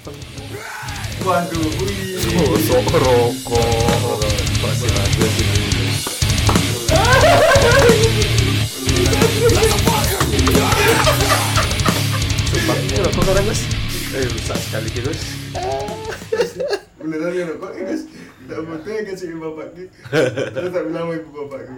Waduh, wih. Sok rokok. Pasti ada sini. Sumpah ini rokok orang Gus. Rusak sekali Gus. Beneran ya rokok guys. Tak betul ya kasih bapak ki. Terus tak bilang sama ibu bapak ki.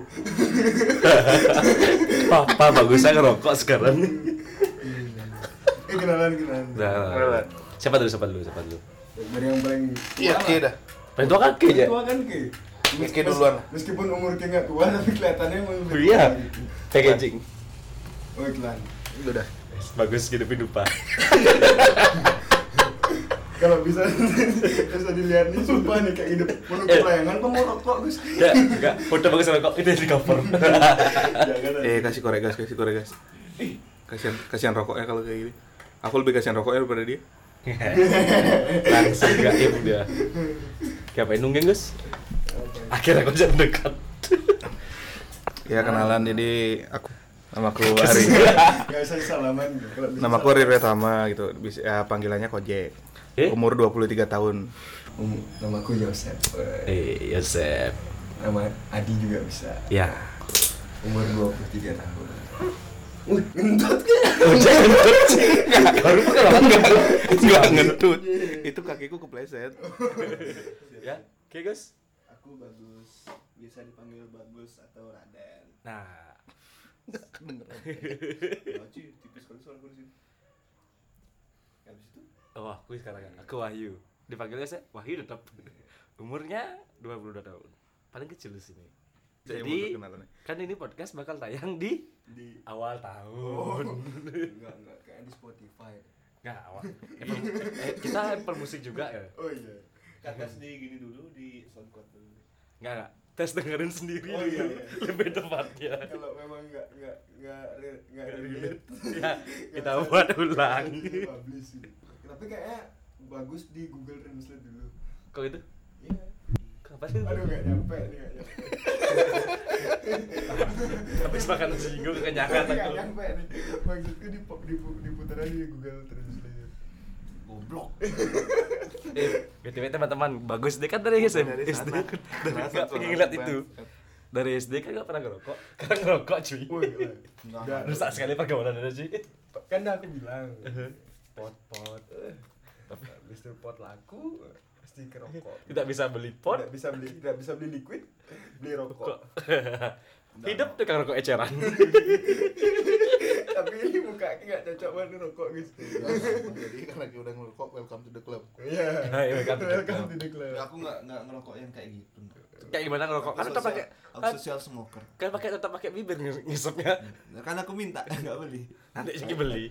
Papa bagusnya ngerokok sekarang. Kenalan. Nah, siapa dulu? Dari yang paling Iya, Ki dah. Paling tua kaki aja. tua kan ki. Ki duluan. Meskipun umur ki nggak tua tapi kelihatannya emang lebih Iya. tua gitu. Packaging. Oh iklan. Udah. Bagus hidup-hidupan. Kalau bisa dilihat nih sumpah nih kayak hidup penuh kelayangan kok mau rokok Gus. Ya, enggak. Foto bagus rokok itu di cover. Jangan. Kasih korek gas. Kasihan rokoknya kalau kayak gini. Aku lebih kasihan rokoknya daripada dia. Langsung gaib dia. Ngapain nungging Gus? Akhirnya aku jadi dekat. Ya kenalan, jadi namaku Ari. Enggak usah salaman kalau bisa. Namaku Ari Retama gitu. Bisa ya, panggilannya Kojek. Umur 23 tahun. Namaku Yosef. Yosef. Nama Adi juga bisa. Ya. Umur 23 tahun. Ngentut kan? Jangan baru Enggak ngentut. Itu kakiku kepleset. Ya, oke Gus. Aku Bagus, biasa dipanggil Bagus atau Raden. Nah, Kedengeran. Aci, tipis kali suara gue di sini. Habis itu? oh aku sekarang aku Wahyu. Dipanggilnya saya Wahyu tetap. Umurnya 22 tahun. Paling kecil di sini. Jadi, kan ini podcast bakal tayang di awal tahun. Enggak, kayak di Spotify. Enggak, awal. Kita Apple Music juga ya? Oh iya. Tes di gini dulu di SoundCloud dulu. Enggak. Tes dengerin sendiri. Oh iya. Lebih tepatnya. Kalau memang enggak relate. Ya, kita buat ulang. Publish. Tapi kayaknya bagus di Google Translate dulu. Kok itu? Iya. Kenapa sih? Aduh enggak nyampe. Habis makan nasi hingga kekenyangan Enggak aku. nyampe nih. Maksudku diputeran di Google Translate. Goblok. BTW teman-teman, Bagus deh kan dari SD. Dari SD sana. kan enggak pengen ngeliat itu. Dari SD kan enggak pernah ngerokok. Sekarang ngerokok cuy. Woi. Rusak sekali pergaulan ada cuy. Kan dah aku bilang. Pot. Habis itu pot laku, pasti ke rokok. Tidak bisa beli pot, Tidak bisa beli liquid, beli rokok. Hidup tukang rokok eceran. Tapi ini mukanya enggak cocok banget rokok, guys. Jadi karena kita udah ngerokok, welcome to the club. Iya. Hai, welcome to the Welcome to the club. Aku nggak ngerokok yang kayak gitu. Kayak gimana ngerokok? Kan tetap pakai Aku social smoker. kan tetap pakai bibir ngisepnya. Kan aku minta nggak beli. Nanti sih beli.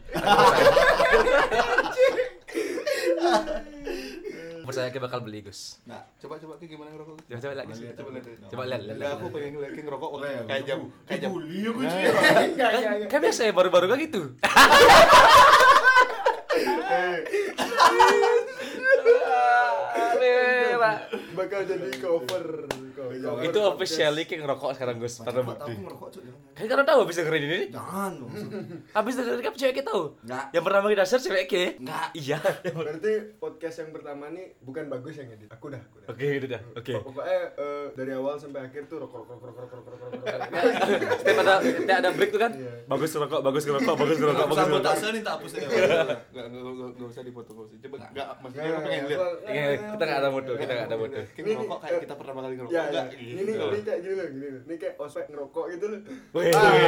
Percaya kita bakal beli Gus. Nggak. Coba Ki gimana ngerokok? Coba lihat Gus. Coba lihat. Ya aku pengen ngeliat Ki ngerokok kayak jam Dibully aku Nah, sih. Kan biasa ya baru-baru kan gitu. Bakal jadi cover. Itu officially kayak ngerokok sekarang Gus. Karena Aku bukti. ngerokok cuy. Kan karena tahu habis dengerin ini. Jangan dong. Habis dengerin kan cewek kita tahu. Nggak. Yang pertama kita share cewek ke. Nggak. Iya. Berarti podcast yang pertama nih bukan Bagus yang edit. Aku dah. Oke, itu dah. Oke. Pokoknya dari awal sampai akhir tuh rokok. Setiap ada break tuh kan. Iya. Bagus ngerokok, bagus ngerokok, bagus ngerokok, bagus ngerokok. Sabotase nih tak hapus aja. Enggak usah dipoto. Coba enggak maksudnya aku pengen lihat. Kita enggak ada moto, kita enggak ada moto. Ki ngerokok kayak kita pertama kali ngerokok. Ya, Enggak. ini kayak gini loh. Ini kayak ospek ngerokok gitu loh. Wih.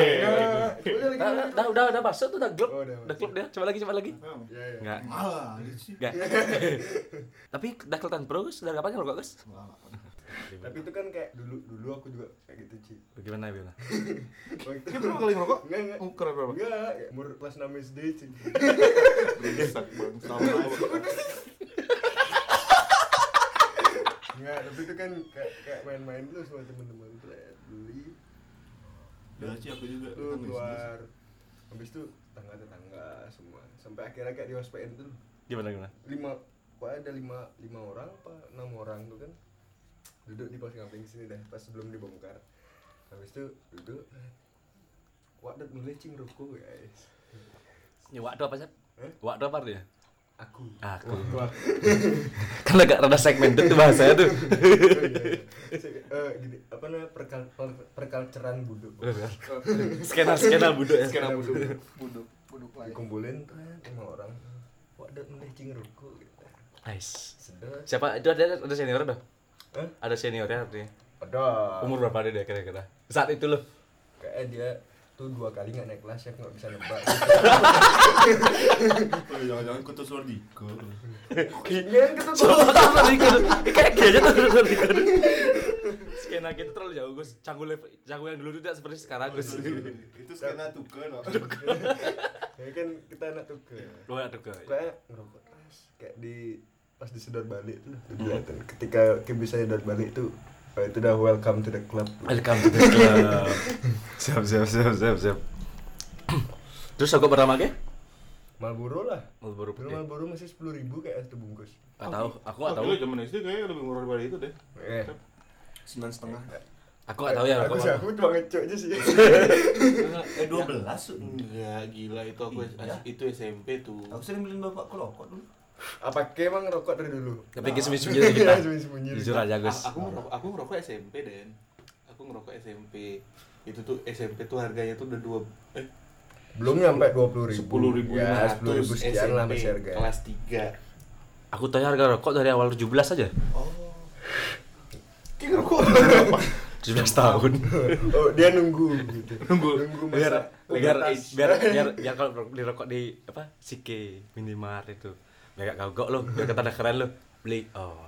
Udah masuk tuh udah klub. Oh, udah Udah klub dia. Coba lagi. Iya. Enggak. Malah sih. Enggak. Tapi udah kelihatan pro Gus, udah kapan ngerokok Gus? Tapi itu kan kayak dulu aku juga kayak gitu, Ci. Gimana? Waktu Ki berapa kali ngerokok? Enggak. Ukuran berapa? Enggak, umur kelas 6 SD, Ci. Brengsek bang, sama. Enggak, tapi itu kan kayak main-main dulu sama teman-teman tuh beli. Ya sih aku juga. Tuh keluar. Habis itu tetangga semua. Sampai akhirnya kayak di hospital tuh. Gimana? 5 orang apa 6 orang tuh kan. Duduk di pos camping sini dah pas sebelum dibongkar. Habis itu duduk. Waduh mulai cing rokok guys. Ini waktu apa sih? Waktu apa dia? Aku. Kan agak rada segmented tuh bahasanya tuh. Gini, apa namanya perkalceran buduk. Skena buduk ya. Skena buduk lain. Dikumpulin tuh sama orang. Waduh, udah cing rokok gitu. Nice. Sedot. Siapa itu ada seniornya dah? Hah? Ada seniornya artinya. Ada. Umur berapa dia kira-kira? Saat itu loh. Kayak dia tuh 2 kali nggak naik kelas, chef nggak bisa nebak. Oh, jangan-jangan kutu Sordiko. Kayaknya gitu tuh. Kayak gini aja tuh. Skena kita terlalu jauh Gus. Canggu yang dulu tidak seperti sekarang Gus. Itu skena tuker loh. Ya kan kita anak tuker. Lu anak tuker. Kayak ngerokok terus kayak pas disedot balik tuh kelihatan. Ketika kita bisa sedot balik tuh itu udah welcome to the club. Welcome to the club. Siap. Terus aku pertama ke? Marlboro lah. Marlboro Dulu putih. Marlboro masih 10.000 kayak satu bungkus. Gak tahu, aku gak tahu. Lu zaman SD kayaknya lebih murah daripada itu deh. 9,5. Aku gak tahu ya Aku rokok. aku cuma ngecok aja sih. 12. Enggak, gila itu aku Iya. itu SMP tuh. Aku sering beliin bapakku rokok dulu. Apa emang ngerokok dari dulu? Tapi sembunyi-sembunyi dari kita. Sembunyi-sembunyi. Jujur aja Gus. Aku ngerokok SMP Den. Aku ngerokok SMP. Itu tuh SMP tuh harganya tuh udah Belum nyampe 20.000. 10.500 Ya, 10.000 sekian lah SMP masih harga. kelas 3. Aku tanya harga rokok dari awal 17 aja. Oh. Ki ngerokok. 17 tahun. Oh, dia nunggu gitu. biar masa pubertas. biar kalau beli rokok di apa Sike Minimart itu biar gak kagok lo biar kata keren lo beli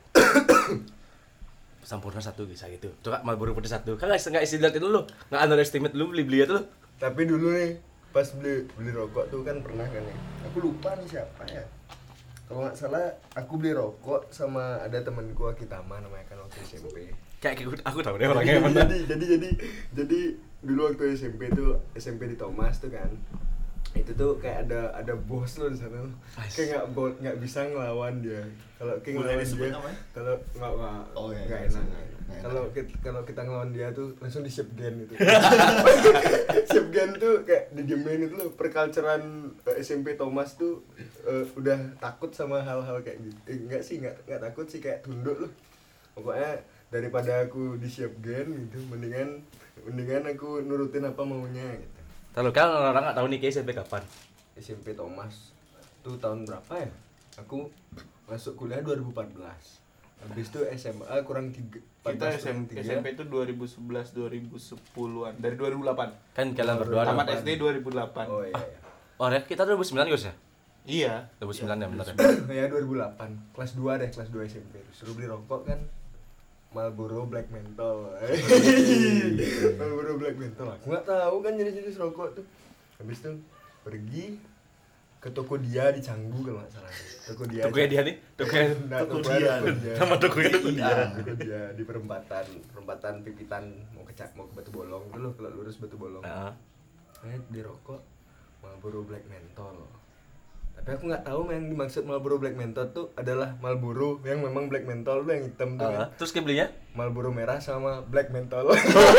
Sampurna 1 bisa gitu tuh kak Marlboro putih 1 kan nggak isi lihat itu lo nggak underestimate lo beli itu lo. Tapi dulu nih pas beli rokok tuh kan pernah kan ya. Aku lupa nih siapa ya. Kalau nggak salah aku beli rokok sama ada temanku Akitama namanya kan waktu SMP. Kayak aku tahu deh orangnya yang mana. Jadi dulu waktu SMP di Thomas tuh kan. Itu tuh kayak ada bos lo di sana. Kayak nggak bisa ngelawan dia. Kalau kayak Boleh ngelawan disebut dia, namanya? kalau nggak Oh, iya, nggak iya, enak. nggak enak. Kalau kita ngelawan dia tuh langsung di shape gen gitu. Shape gen tuh kayak didiemin itu loh. Perculturean SMP Thomas tuh udah takut sama hal-hal kayak gitu. Nggak takut sih, kayak tunduk loh. Pokoknya daripada aku di shape gen gitu, mendingan aku nurutin apa maunya gitu. Kalau kan orang nggak tahu nih kayak SMP kapan. SMP Thomas tuh tahun berapa ya? Aku masuk kuliah 2014. Habis itu SMA kurang 3. Kita SMP itu 2011 2010-an dari 2008. Kan kalian berdua Tamat dong. SD 2008. Oh iya. Oh ya kita 2009 Gus ya. Iya. 2009 ya benar ya. Ya 2008. Kelas 2 SMP. Suruh beli rokok kan. Marlboro Black Menthol. Marlboro Black Menthol. Aku nggak tahu kan jenis-jenis rokok tuh. Habis itu pergi ke toko dia di Canggu kalau nggak salah. Toko dia nih. Toko dia. Nama tokonya Toko dia di perempatan Pipitan mau ke Batu Bolong dulu kalau lurus Batu Bolong. Di rokok Marlboro Black Menthol. Tapi aku nggak tahu yang dimaksud Marlboro Black Menthol tuh adalah Marlboro yang memang Black Menthol tuh yang hitam tuh kan. Terus kayak belinya? Marlboro merah sama Black Menthol.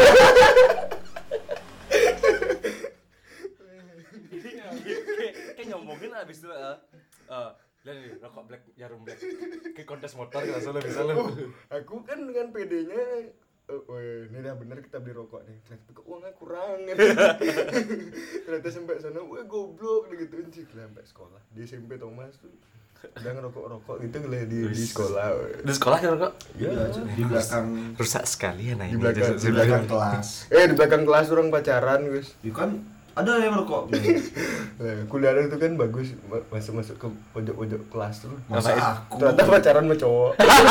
Kayak nyombongin abis itu lihat nih rokok black jarum black kayak kontes motor gitu soalnya bisa lo. Aku kan dengan PD-nya ini dah bener kita beli rokok nih. Ternyata kok uangnya kurang. Ternyata sampai sana, wah goblok digituin sih sampai sekolah. Di SMP Thomas tuh udah ngerokok-rokok gitu di sekolah. Di sekolah kan rokok? Ya, Di belakang Rusak sekali ya nah di ini. belakang kelas. di belakang kelas orang pacaran, Gus. Ya kan ada yang rokok. Kuliah itu kan bagus masuk ke pojok-pojok kelas tuh. Masa aku Ternyata pacaran sama cowok.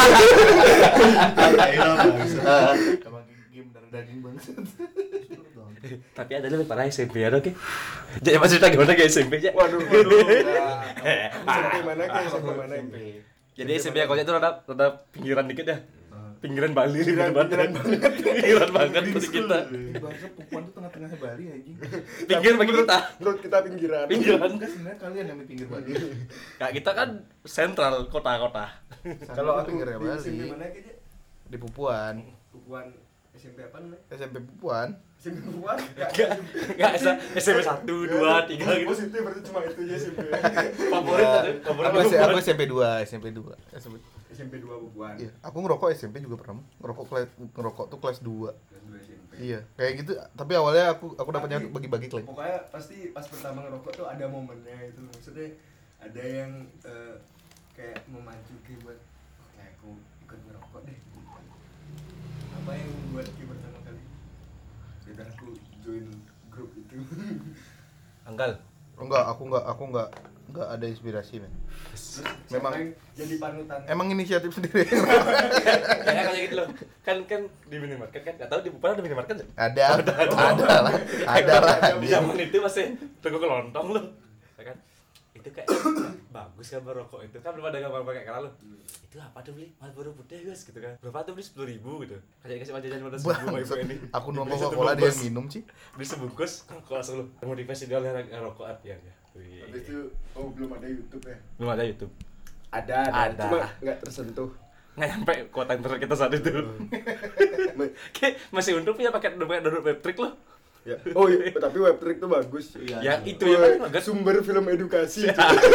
Emang game darah daging banget. Tapi ada lebih parah SMP ya oke. Jadi pas cerita gimana ke SMP aja. Waduh. SMP mana ke? Jadi SMP aku itu rada pinggiran dikit ya. Pinggiran Bali Pinggiran banget untuk kita. Bahasa Pupuan tuh tengah-tengahnya Bali anjing. Pinggir bagi kita. Menurut kita pinggiran. Pinggiran. Kan sebenarnya kalian yang di pinggir Bali. Kayak kita kan sentral kota-kota. Kalau aku pinggirnya di Bali. SMP mana ke? Di Pupuan. Pupuan SMP apa nih? SMP Pupuan. SMP Pupuan? Enggak SMP 1, 2, 3 gitu. Positif berarti cuma itu aja SMP. Favorit ada. Aku SMP 2. SMP 2 Pupuan. Iya, aku ngerokok SMP juga pernah. Ngerokok tuh kelas 2. Iya, kayak gitu. Tapi awalnya aku dapatnya bagi-bagi klaim. Pokoknya pasti pas pertama ngerokok tuh ada momennya itu. Maksudnya ada yang kayak memacu Ki buat kayak aku ikut ngerokok deh. Apa yang buat Ki pertama kali? Biar aku join grup itu. Anggal. Enggak, aku enggak ada inspirasi, men. Memang jadi panutan. Emang inisiatif sendiri. Kayak gitu loh. Kan di minimarket kan enggak tahu di Pupuan ada minimarket enggak? Ada lah. Di zaman itu masih toko kelontong loh. Ya kan? Itu kayak bagus gambar rokok itu kan belum ada gambar pakai keral loh. Itu apa tuh beli? Marlboro putih guys gitu kan. Berapa tuh beli 10.000 gitu. Kayak kasih jajan pada 10.000 ibu ini. Aku nongkrong Coca-Cola dia yang minum sih. Beli sebungkus kok langsung lu motivasi dia oleh rokok ya. Habis itu belum ada YouTube ya? Belum ada YouTube. Ada. Cuma enggak tersentuh. Nggak nyampe kuota internet kita saat itu. Kayak masih untung punya paket download webtrick loh. Ya. Oh iya, tapi webtrick tuh bagus. Ya itu ya kan sumber film edukasi.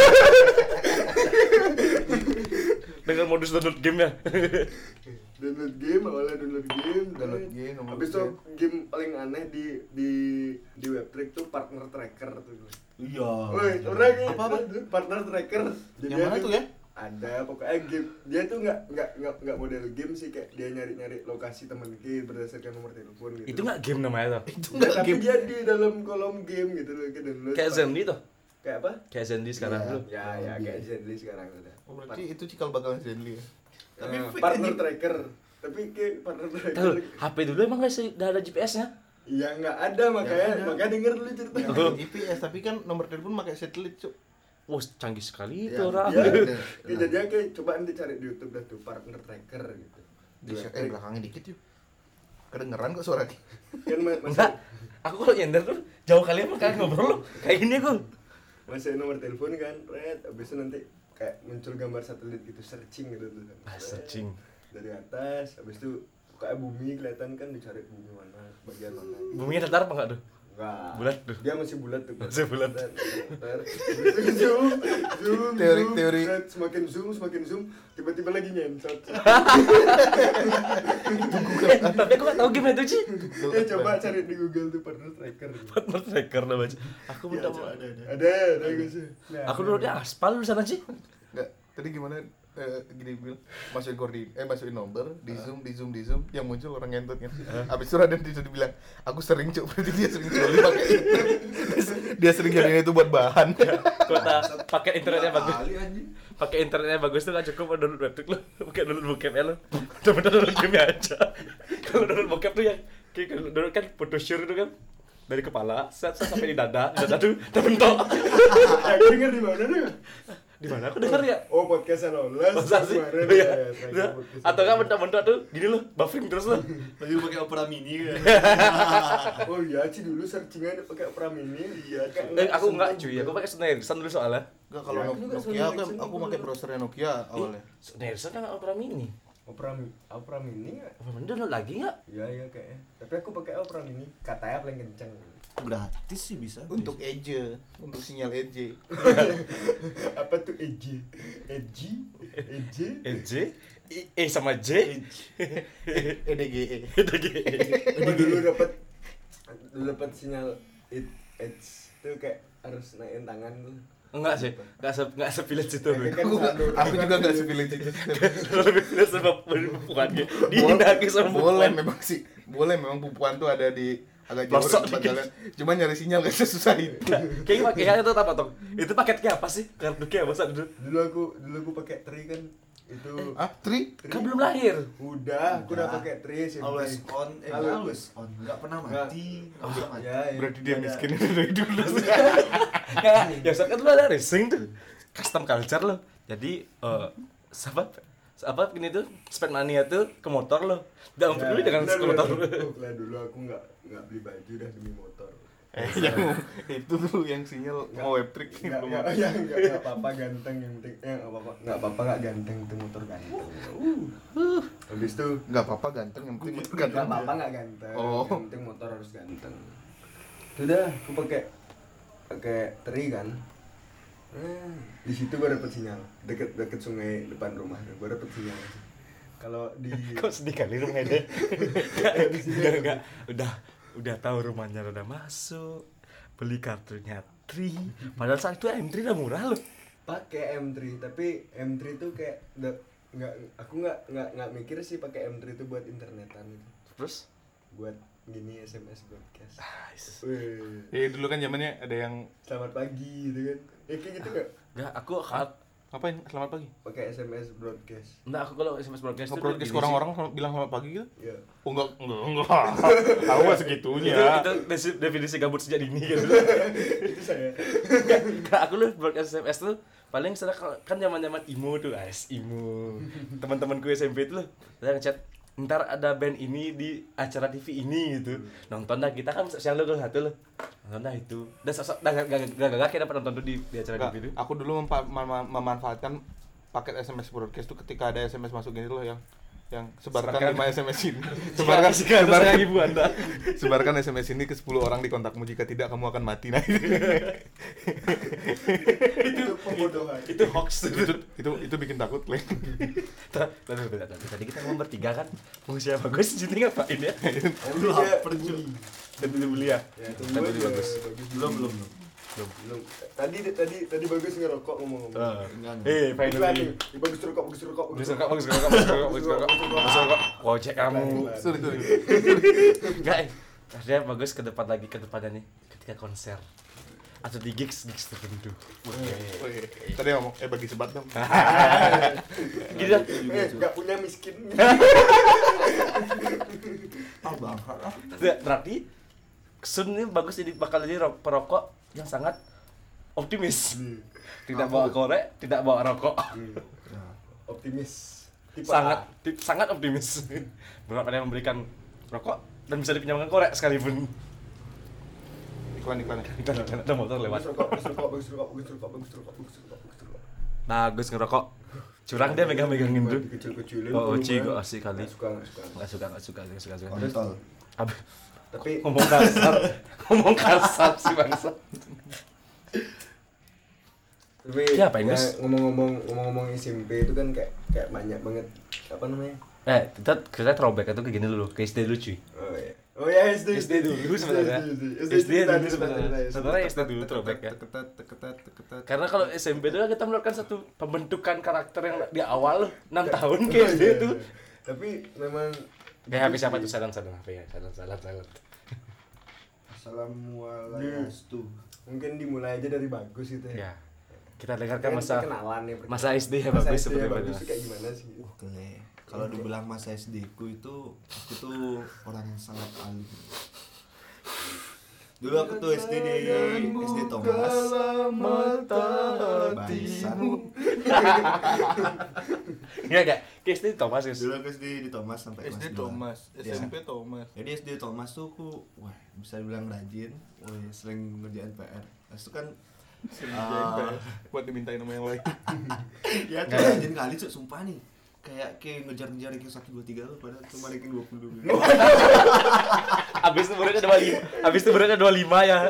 Dengan modus download game ya. Download game. Habis itu game paling aneh di webtrick tuh partner tracker tuh. Iya. Woi, orang apa? Partner tracker. Jadi Yang mana tuh ya? Ada pokoknya game. Dia tuh enggak model game sih, kayak dia nyari lokasi teman kita berdasarkan nomor telepon gitu. Itu enggak game namanya tuh. Itu Ya, tapi dia di dalam kolom game gitu loh, kayak download. Kayak Zenly tuh. Kayak apa? Kayak Zenly sekarang Iya. dulu. Ya kayak Zenly sekarang udah. Oh, berarti itu cikal bakal Zenly ya. Tapi partner tracker. Tapi kayak partner Tahu tracker. HP dulu emang enggak ada GPS-nya. Iya enggak ada makanya denger dulu cerita. Yang GPS tapi kan nomor telepon pakai satelit, Cuk. Wah, canggih sekali itu Ya, orang. Jadi kayak coba nanti cari di YouTube dah tuh partner tracker gitu. Di belakangnya dikit yuk. Kedengeran kok suaranya. Kan Enggak. masih Aku kalau nyender tuh jauh kali emang kalian ngobrol loh. Kayak gini aku. masih nomor telepon kan, abis itu nanti kayak muncul gambar satelit gitu, searching gitu tuh. Searching. Dari atas, abis itu kayak bumi kelihatan kan, dicari bumi mana, bagian mana. Buminya datar apa enggak tuh? Enggak. Bulat tuh. Dia masih bulat tuh. Masih bulat. Zoom. Teori. Semakin zoom, tiba-tiba lagi nyensot. Tapi aku enggak tahu game itu sih. Coba cari di Google tuh partner tracker. Partner tracker namanya. Aku Iya, minta ada guys. Aku dulu di aspal di sana sih. Enggak, tadi gimana gini bilang masukin nomor di zoom yang muncul orang ngentut kan. Habis itu Raden dibilang, "Aku sering Cuk," berarti dia sering coli pakai itu. Dia sering jadiin itu buat bahan. Kota pakai internetnya bagus. Pakai internetnya bagus tuh enggak cukup download webtrick lo. Pakai download bokep ya lo. Coba download game aja. Kalau download bokep tuh yang kayak download kan foto shoot itu kan dari kepala sampai di dada tuh terbentuk. Dengar di mana tuh? Di mana aku denger ya? Oh, podcastan Olas. Masa sih? Iya. Atau kan bentak-bentak tuh gini loh, buffering terus loh. Lagi pakai Opera Mini kan. Oh iya, Ci dulu searchingnya pakai Opera Mini. Iya, Aku enggak cuy, aku pakai Sneerson dulu soalnya. Enggak, kalau Nokia aku pakai browsernya Nokia awalnya. Sneerson kan Opera Mini. Opera Mini enggak? Opera Mini download lagi enggak? Iya kayaknya. Tapi aku pakai Opera Mini, katanya paling kenceng. Gratis sih bisa. Untuk Edge, untuk sinyal Edge. Apa tuh Edge? E sama J. EDGE. Dulu dapat sinyal Edge tuh kayak harus naikin tangan tuh. Enggak sih, enggak sepilet situ. Aku juga enggak sepilih itu. Lebih pilih sebab bukan dihindari sama Boleh memang sih. Boleh memang Pupuan tuh ada di agak jauh Pelosok dari tempat dikit. jalan. Cuma nyari sinyal gak sesusah itu. Kayaknya pakainya itu apa tuh? Itu paketnya apa sih? Kartunya apa sih? Dulu aku pakai Tri kan. Itu Tri? Kan belum lahir. Udah, aku udah pakai Tri SMP. Always on, always on. Enggak pernah mati. Oh, Enggak mati. ya. Berarti dia miskin dari dulu. Enggak, ya kan dulu ada racing tuh. Custom culture loh. Jadi apa ini tuh spend money tuh ke motor loh. Enggak peduli dengan motor. Lah dulu aku enggak beli baju dah demi motor. Yang itu tuh yang sinyal mau webtrick. Enggak apa-apa ganteng yang penting enggak apa-apa enggak ganteng itu motor ganteng. Habis itu Enggak apa-apa ganteng, yang penting motor ganteng. Gak apa-apa gak ganteng. Oh. Yang penting motor harus ganteng. Sudah, aku pakai teri kan. Di situ gue dapet sinyal deket sungai depan rumah. Gue dapet sinyal. Kalau di Kok sedih kali rumahnya deh. Enggak. Udah tahu rumahnya udah masuk. Beli kartunya Tri. Padahal saat itu M3 udah murah loh. pakai M3, tapi M3 tuh kayak aku nggak mikir sih pakai M3 tuh buat internetan gitu. Terus Buat gini SMS broadcast. Wih. Ya dulu kan zamannya ada yang Selamat pagi gitu kan. Kayak gitu nggak? Enggak, aku ngapain? Selamat pagi. Pakai SMS broadcast. Enggak, aku kalau SMS broadcast itu Nge-broadcast ke orang-orang bilang selamat pagi gitu? Iya. Oh enggak. Aku mah segitunya. itu definisi gabut sejak dini gitu. Itu saya. Enggak, aku lu broadcast SMS tuh paling sering kan zaman-zaman emo tuh, guys. Emo. Teman-temanku SMP itu loh, saya ngechat, ntar ada band ini di acara TV ini gitu. Nonton dah, kita kan siang lu satu loh. Nonton dah itu. Dan gak kayak dapat nonton tuh di acara TV itu. Aku dulu memanfaatkan paket SMS broadcast tuh ketika ada SMS masuk gitu loh yang sebarkan 5 SMS ini. Sebarkan ibu Anda. Sebarkan SMS ini ke 10 orang di kontakmu, jika tidak kamu akan mati. Nah. Itu pembodohan. Itu hoax. itu bikin takut, Leng. Tadi kita ngomong bertiga kan. Mau siapa bagus jadi ngapain ya? Lu lapar juga. Dan beli ya. Ya, Dan beli bagus. Belum. Tadi bagus ngerokok ngomong-ngomong. Finally. Bagus rokok. Bagus rokok. Wojek kamu. Sorry. Enggak, ada bagus ke depannya nih ketika konser atau di gigs tertentu. Tadi ngomong bagi sebat dong. Gitu. Enggak punya miskin. Berarti Sun ini bagus jadi bakal jadi perokok yang sangat optimis. Tidak bawa korek, tidak bawa rokok. Optimis. Sangat optimis. Berapa dia memberikan rokok dan bisa dipinjamkan korek sekalipun. Iklan. Ada motor lewat. Bagus rokok. Bagus ngerokok. Curang dia megangin tuh. Kecil-kecilin. Oh, Oci gua asik kali. Enggak suka. Enggak suka. Kontol. Tapi ngomong kasar sih bangsa. Tapi ya, apa Inggris? ngomong SMP itu kan kayak banyak banget apa namanya? Kita throwback itu kayak gini dulu, ke SD dulu cuy. Oh ya SD dulu sebenarnya. SD dulu sebenarnya SD dulu throwback ya. Karena kalau SMP dulu kita melakukan satu pembentukan karakter yang di awal 6 tahun ke SD itu. Tapi memang HP siapa tuh? Salam HP ya. Salam. Assalamualaikum. Mungkin dimulai aja dari bagus itu ya. Ya. Kita dengarkan masa SD ya masa bagus SD ya seperti bagus apa. kayak gimana sih? Oke. Kalau dibilang masa SD ku itu aku tuh orang yang sangat alim. Dulu aku tuh SD Thomas. Bangsan. Enggak. Ke SD Thomas guys. Dulu aku SD di Thomas sampai SD kelas 2. Thomas, SMP Thomas. Jadi SD Thomas tuh aku bisa dibilang rajin, sering ngerjain PR. Terus itu kan Buat dimintain sama yang lain. ya tuh rajin kali cuk, sumpah nih. Kayak ngejar-ngejar ranking 1 2 3 loh, padahal cuma ranking 20. Habis itu beratnya 25 ya.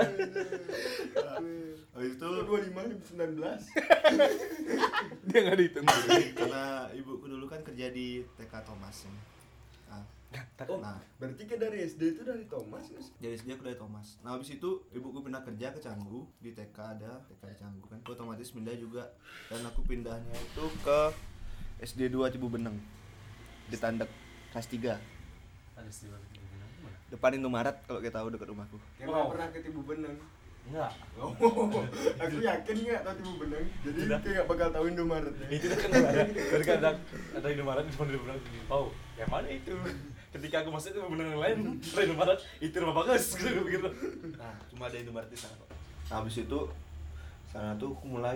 Habis itu 25 19. Dia enggak dihitung. karena ibuku dulu kan kerja di TK Thomas ya. Nah, Berarti kan dari SD itu dari Thomas kan? jadi SD aku dari Thomas. Nah, habis itu ibuku pindah kerja ke Canggu, di TK ada TK di Canggu kan. Aku otomatis pindah juga, dan aku pindahnya itu ke SD 2 Cibubeneng. Di Tandek kelas 3. Depan Indomaret kalau kita tahu, dekat rumahku. Kayak nggak pernah ke Cibubeneng. Enggak. Aku yakin nggak tahu Cibubeneng. Jadi kayak nggak bakal tahu Indomaret ya. Itu kan ada Indomaret di Indomaret. Oh, yang mana itu? Ketika aku masuk itu bener yang lain, Indomaret itu rumah bagus gitu. Nah, cuma ada Indomaret di sana. Nah, habis itu sana tuh aku mulai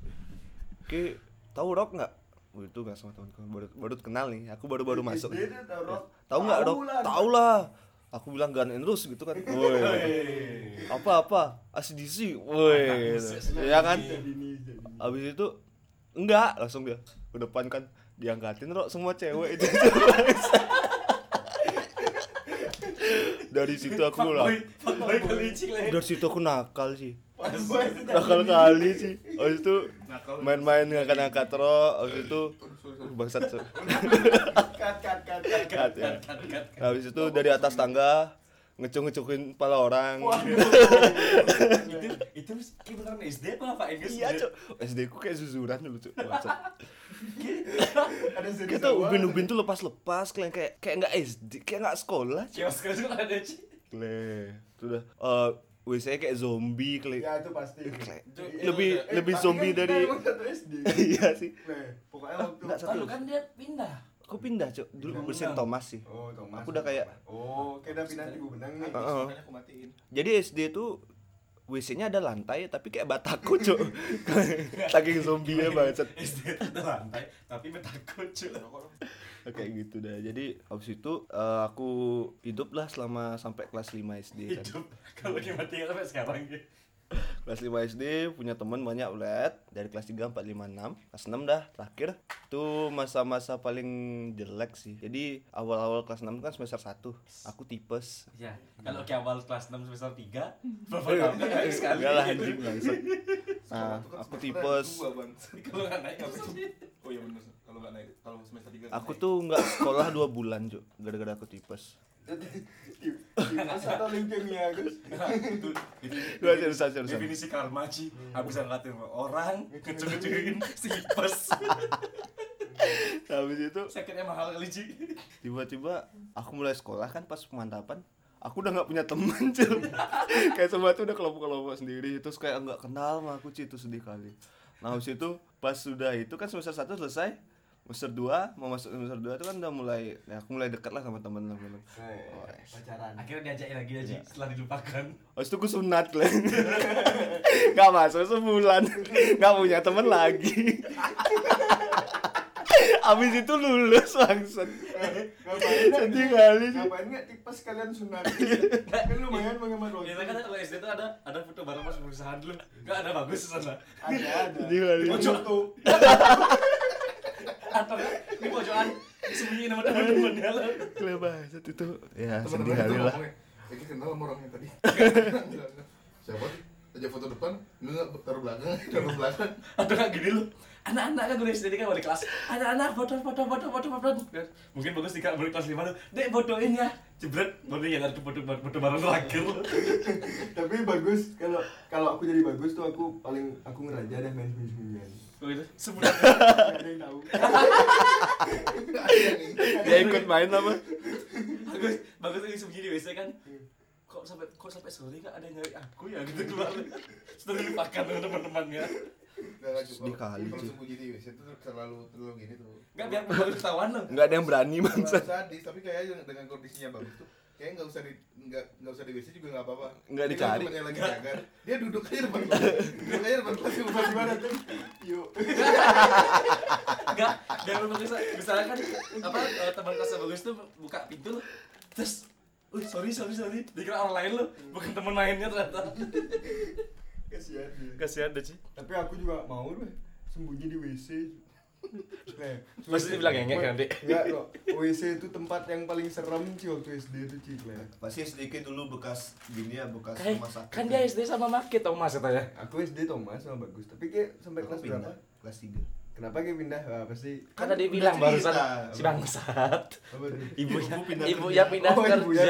tahu rock nggak? Itu nggak sama temanku, baru kenal nih. Aku baru masuk. SD tuh tahu rock. Tahu nggak rock? Tahu lah. Aku bilang Guns N' Roses gitu kan. Woi. Apa? AC/DC. Woi. Ya kan? Habis itu enggak, langsung dia. ke depan kan diangkatin Rok semua cewek itu. Dari situ aku dari situ aku nakal sih. Nakal kali sih. Habis itu main-main ngangkat-ngangkat Rok, habis itu bangsat. Cut ya. Habis itu dari atas tangga ngecuk-ngecukin kepala orang. Itu beneran SD apa Pak Enggus? Iya, Cuk. SD ku kayak zuzuran dulu, Cuk. Bangsat. Ada Kita ubin-ubin tuh lepas-lepas kayak enggak SD, kayak enggak sekolah. Kios sekolah ada Ci. Sudah WC kayak zombie Ya itu pasti. lebih zombie dari satu SD. iya sih. Pokoknya waktu Enggak satu. Kan dia pindah. Aku pindah, Cuk. Dulu bersin Thomas sih. Oh, Thomas. Aku udah kayak kayak udah pindah di Benang nih. Makanya aku matiin. jadi SD tuh WC-nya ada lantai tapi kayak bataku, Cuk. Saking zombie-nya banget. SD itu ada lantai tapi betakut Ci. Kayak gitu dah. Jadi habis itu aku hidup lah selama sampai kelas 5 SD kan. Hidup kalau gimana tinggal sampai sekarang gitu. Kelas 5 SD punya teman banyak ulet dari kelas 3, 4, 5, 6. Kelas 6 dah terakhir. Itu masa-masa paling jelek sih. Jadi awal-awal kelas 6 kan semester 1. Aku tipes. Ya, kalau ke awal kelas 6 semester 3, berapa tahun kan sekali. Enggak lah anjing langsung. Nah, aku tipes. Kalau enggak naik apa sih? Oh iya benar. Kalau enggak naik, kalau semester 3 Aku tuh enggak sekolah 2 bulan, Cuk. Gara-gara aku tipes. Tipes atau leukemia, Gus? Gua serius. Definisi karma Ci. Habis angkatin orang, kecil-kecilin sipes. Habis itu Sakitnya mahal kali Ci. tiba-tiba aku mulai sekolah kan pas pemantapan. Aku udah gak punya teman, Cuk. Kayak semua tuh udah kelompok-kelompok sendiri. Terus kayak gak kenal sama aku, Ci. Itu sedih kali. Nah habis itu pas sudah itu kan semester 1 selesai. Semester 2 mau masuk semester 2 itu kan udah mulai, ya aku mulai dekat lah sama teman-teman. Pacaran. Akhirnya diajakin lagi ya Ci, setelah dilupakan. Habis itu aku sunat lah. Gak masuk sebulan. Gak punya teman lagi. Habis itu lulus langsung. Sedih kali sih. Ngapain nggak tipes kalian sunat? Kan lumayan menghemat waktu. Biasanya kan kalau SD tuh ada foto bareng pas perusahaan dulu. Enggak ada bagus di sana. Ada. Sedih kali. Pojok tuh. Atau kan di pojokan disembunyiin sama teman-temannya lah. Banget itu. Ya sedih teman-teman kali itu lah. ngomongnya, "Iki kenal sama orangnya tadi." Siapa sih? Aja foto depan, enggak taruh belakang. Atau kayak gini loh. Anak-anak kan gue SD kan balik kelas. Anak-anak foto. Mungkin bagus tidak balik kelas 5 tuh. Dek fotoin ya. Jebret, baru yang ada foto bareng terakhir. Tapi bagus kalau aku jadi bagus tuh aku ngeraja deh main sembunyi-sembunyian. Oh itu sebulan. Enggak ada yang tahu. Dia ikut main apa? Bagus lagi sembunyi di WC kan. Kok sampai sore kan ada yang nyari aku ya gitu keluar. Setelah dilupakan dengan teman-temannya. Sedih kali, Kalau Ci. sembunyi di WC itu terlalu gini tuh. Enggak biar bagus ketahuan loh. Enggak ada yang berani Terlalu bangsa. sadis, tapi kayaknya dengan kondisinya bagus tuh kayak nggak usah di WC juga nggak apa-apa. Nggak Jadi dicari. kalau temennya lagi jaga, dia duduk aja depan kelas. Gimana tuh? Yuk. Enggak, biar bagus misalnya kan apa teman kelas bagus tuh buka pintu loh. Terus sorry. Dikira orang lain loh, bukan teman mainnya ternyata. Kasihan deh, Ci. Tapi aku juga mau deh sembunyi di WC. Pasti dibilang ngengek kan, Dek? Enggak kok. WC itu tempat yang paling serem sih waktu SD itu, Ci. Pasti sedikit dulu bekas gini ya, bekas Kayak rumah sakit. kan dia SD sama Makit tau Mas katanya. Aku SD Thomas sama bagus. Tapi kayak sampai kelas berapa? Kelas 3. Kenapa kayak pindah? Pasti Kan tadi bilang barusan si bangsat. apa tuh? Ibunya pindah ibunya kerja.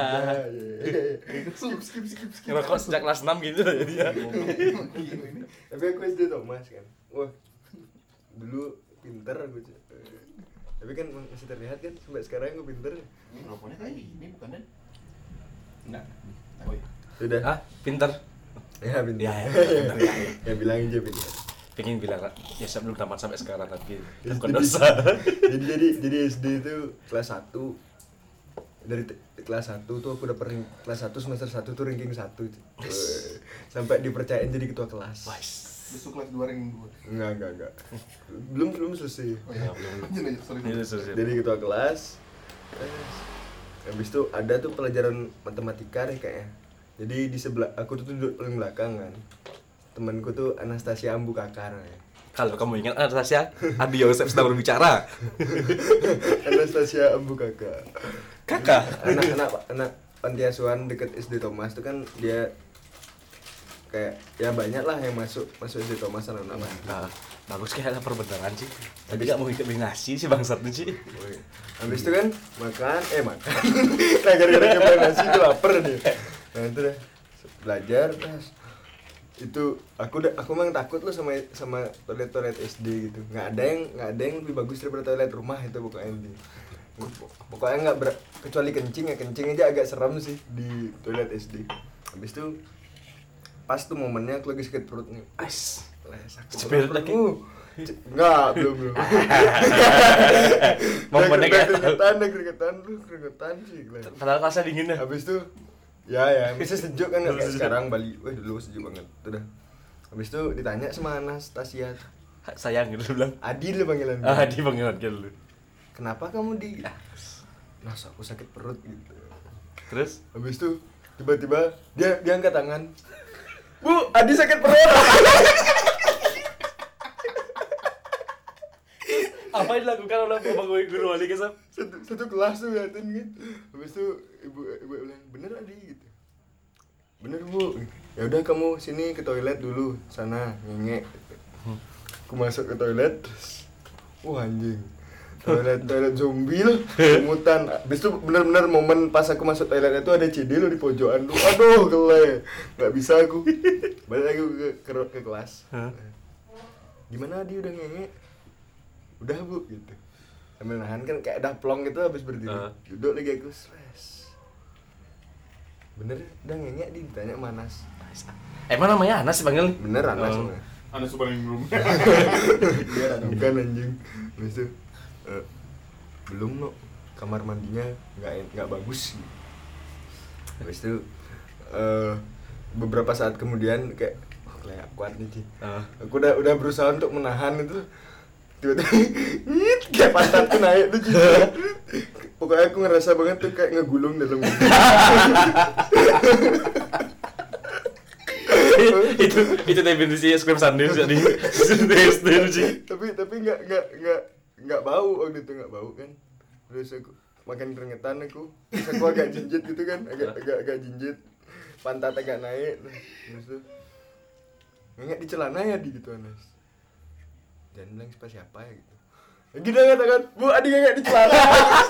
Skip. Ngerokok sejak kelas 6 gitu lah jadi ya. Tapi aku SD Thomas kan. Wah. Dulu pinter aku. Tapi kan masih terlihat kan sampai sekarang aku pinter. Mikrofonnya kayak ini bukan kan? Enggak. Oh iya. Sudah. Hah? Pinter. Ya pinter. Ya bilangin aja pinter. Pengen bilang ya sebelum tamat sampai sekarang tapi Jadi- takut dosa. jadi SD itu kelas 1 dari kelas 1 tuh aku udah kelas 1 semester 1 tuh ranking 1 itu. Sampai dipercayain jadi ketua kelas. Besok kelas 2 ranking 2. Enggak. Belum selesai. Oh iya. Sorry. Jadi ketua kelas. Habis itu ada tuh pelajaran matematika deh kayaknya. Jadi di sebelah aku tuh duduk paling belakang kan. Temanku tuh Anastasia Ambu Kakar ya. Kalau kamu ingat Anastasia, Adi Yosef sedang berbicara. Anastasia Ambu Kakak. Kakak. Anak panti asuhan deket SD Thomas itu kan dia kayak ya banyak lah yang masuk SD Thomas anak-anak. Nah, bagus kayak lapar beneran sih. Tadi gak mau ikut beli nasi sih bangsat nih sih. Habis itu kan makan. Nah gara-gara coba nasi itu lapar nih. Nah itu deh belajar terus itu aku memang takut loh sama toilet SD gitu. Nggak ada yang lebih bagus daripada toilet rumah itu pokoknya nggak kecuali kencing aja agak serem sih di toilet SD. Habis itu pas tuh momennya aku lagi sakit perut nih. Cepet lagi. Enggak, belum. Momennya kayak keringetan sih. Padahal kasar dingin dah. Habis itu ya bisa sejuk kan kayak sekarang Bali. Wah, dulu sejuk banget. Tuh dah. Habis itu ditanya sama Anastasia. Sayang gitu bilang. Adi lu panggilan. Adi panggilan dulu. Kenapa kamu di Mas aku sakit perut gitu. Terus habis itu tiba-tiba dia angkat tangan. Bu, Adi sakit perut. apa yang dilakukan oleh Bapak Guru Wali Kesam? Satu kelas tuh ngeliatin gitu. Habis itu ibu bilang, "Bener Adi?" gitu. "Bener, Bu." "Ya udah kamu sini ke toilet dulu, sana ngengek." Gitu. Aku masuk ke toilet. Wah, anjing. Toilet zombie loh, semutan. Habis itu bener-bener momen pas aku masuk toilet itu ada CD lo di pojokan tuh. Aduh, gele. Enggak bisa aku. Balik lagi ke kelas. Gimana Adi udah ngengek? Udah Bu gitu. Sambil nahan kan kayak dah plong gitu habis berdiri. Duduk lagi aku stres. Bener udah ngengek ditanya Manas. Emang namanya Anas panggil? Bener Anas. Anas Subhanallah belum. Bukan anjing. Habis itu belum no, kamar mandinya nggak bagus. Habis itu beberapa saat kemudian kayak kuat nih Ci. Aku udah berusaha untuk menahan itu. Tiba-tiba kayak pantatku naik tuh. Pokoknya aku ngerasa banget tuh kayak ngegulung dalam itu definisi es krim sundae jadi SD sih. Tapi nggak bau waktu itu, nggak bau kan. Terus aku makan keringetan terus aku agak jinjit gitu kan, agak jinjit, pantat agak naik. Terus tuh ngengek di celana ya di gitu Anas. Dan bilang siapa ya gitu. Kita katakan, "Bu, Adi ngengek di celana."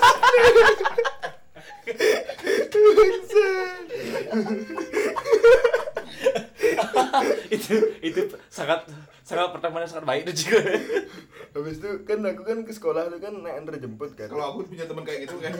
itu sangat pertemanan sangat baik tuh juga. Habis itu kan aku kan ke sekolah tuh kan naik antar jemput kan. Kalau aku punya teman kayak gitu kan.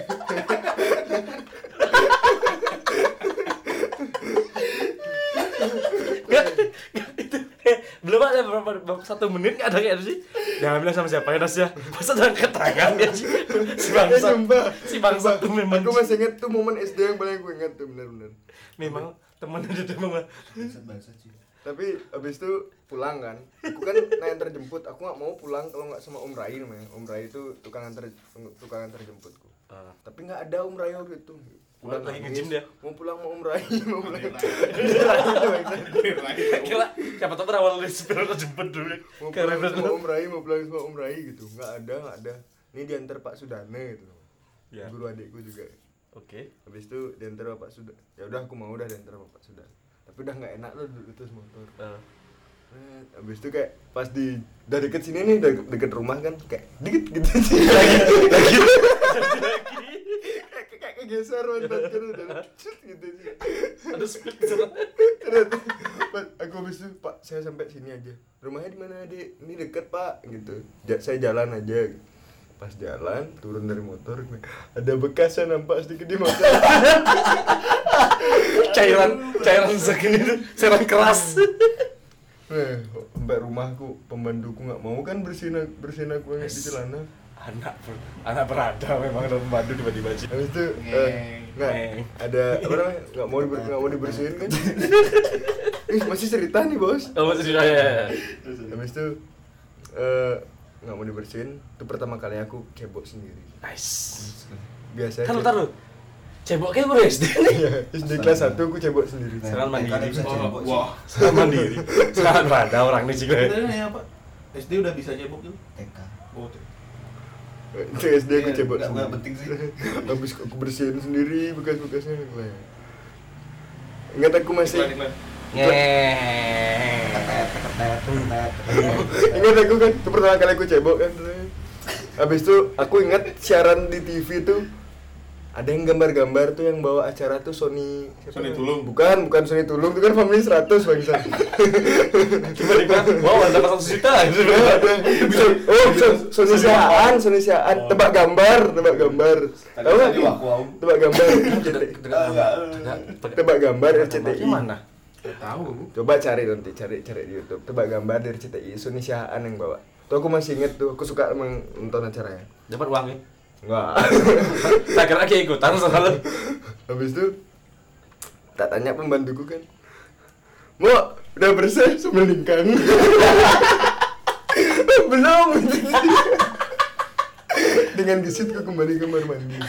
Itu belum ada berapa 1 menit nggak ada kayak sih. Jangan bilang sama siapa ya Nas ya. Masa jangan ketangan ya sih. Si bangsa tuh memang. Aku masih inget tuh momen SD yang paling aku ingat tuh benar-benar. Memang teman itu memang. Bangsat sih. Tapi abis itu pulang kan, aku kan naik antar jemput, aku nggak mau pulang kalau nggak sama Om Rai namanya. Om Rai itu tukang antar jemputku. Tapi nggak ada Om Rai waktu itu. Pulang lagi ke gym dia. Mau pulang mau Om Rai, mau pulang. Kira siapa tahu berawal dari sepeda jemput dulu. Mau pulang sama Om Rai, mau pulang sama Om Rai gitu. Nggak ada. Ini diantar Pak Sudane gitu. Ya. Guru adikku juga. Oke. Habis itu diantar Pak Sudane. Ya udah aku mau udah diantar Pak Sudane. Tapi udah nggak enak loh duduk terus motor. Habis itu kayak pas dari deket sini nih, deket rumah kan kayak dikit gitu sih. Lagi. Kayak kegeser mantan gitu gitu sih. Ada split. Aku habis itu, "Pak, saya sampai sini aja." "Rumahnya di mana, Dek?" "Ini deket, Pak." Gitu. "Saya jalan aja." Gitu. Pas jalan, turun dari motor, ada bekas yang nampak sedikit di motor. cairan segini tuh, cairan keras. Sampai rumahku, pembantuku nggak mau kan bersihin aku yang di celana. Anak berada memang ada pembantu tiba-tiba sih. Habis itu nggak ada apa namanya, nggak mau dibersihin kan. Masih cerita nih bos. Oh masih ya. Habis itu nggak mau dibersihin, itu pertama kali aku cebok sendiri. Nice. Biasanya Taruh. Cebok kayak baru SD nih. SD kelas 1 aku cebok sendiri. Sangat mandiri. Bisa cebok sih. Sangat mandiri. Sangat berada orang nih sih gue. Benernya apa? SD udah bisa cebok tuh? TK. Oh, Itu SD aku cebok Nggak sendiri. penting sih. Habis aku bersihin sendiri bekas-bekasnya. Ingat aku masih ingat aku kan itu pertama kali aku cebok kan. Habis itu aku ingat siaran di TV tuh ada yang gambar-gambar tuh yang bawa acara tuh Sony Tulung. Bukan Sony Tulung, itu kan Family 100 bangsa. Tiba-tiba, wow, ada 100 juta. Sony Siaan, tebak gambar. Tahu nggak? Tebak gambar RCTI. Tebak gambar RCTI. Mana? Tahu. Coba cari nanti, cari di YouTube. Tebak gambar dari RCTI, Sony Siaan yang bawa. Tuh aku masih inget tuh, aku suka emang nonton acaranya. Dapat uang ya? Enggak. Tak kira kayak ikutan soalnya. Habis itu tak tanya pembantuku kan, "Mo, udah bersih sambil lingkang?" Belum. Dengan gesit aku kembali ke kamar mandi.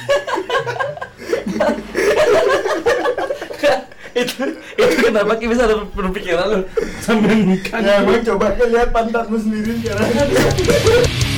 itu kenapa kita bisa ada berpikiran lu sambil nikah? Ya, emang coba kan lihat pantatmu sendiri sekarang.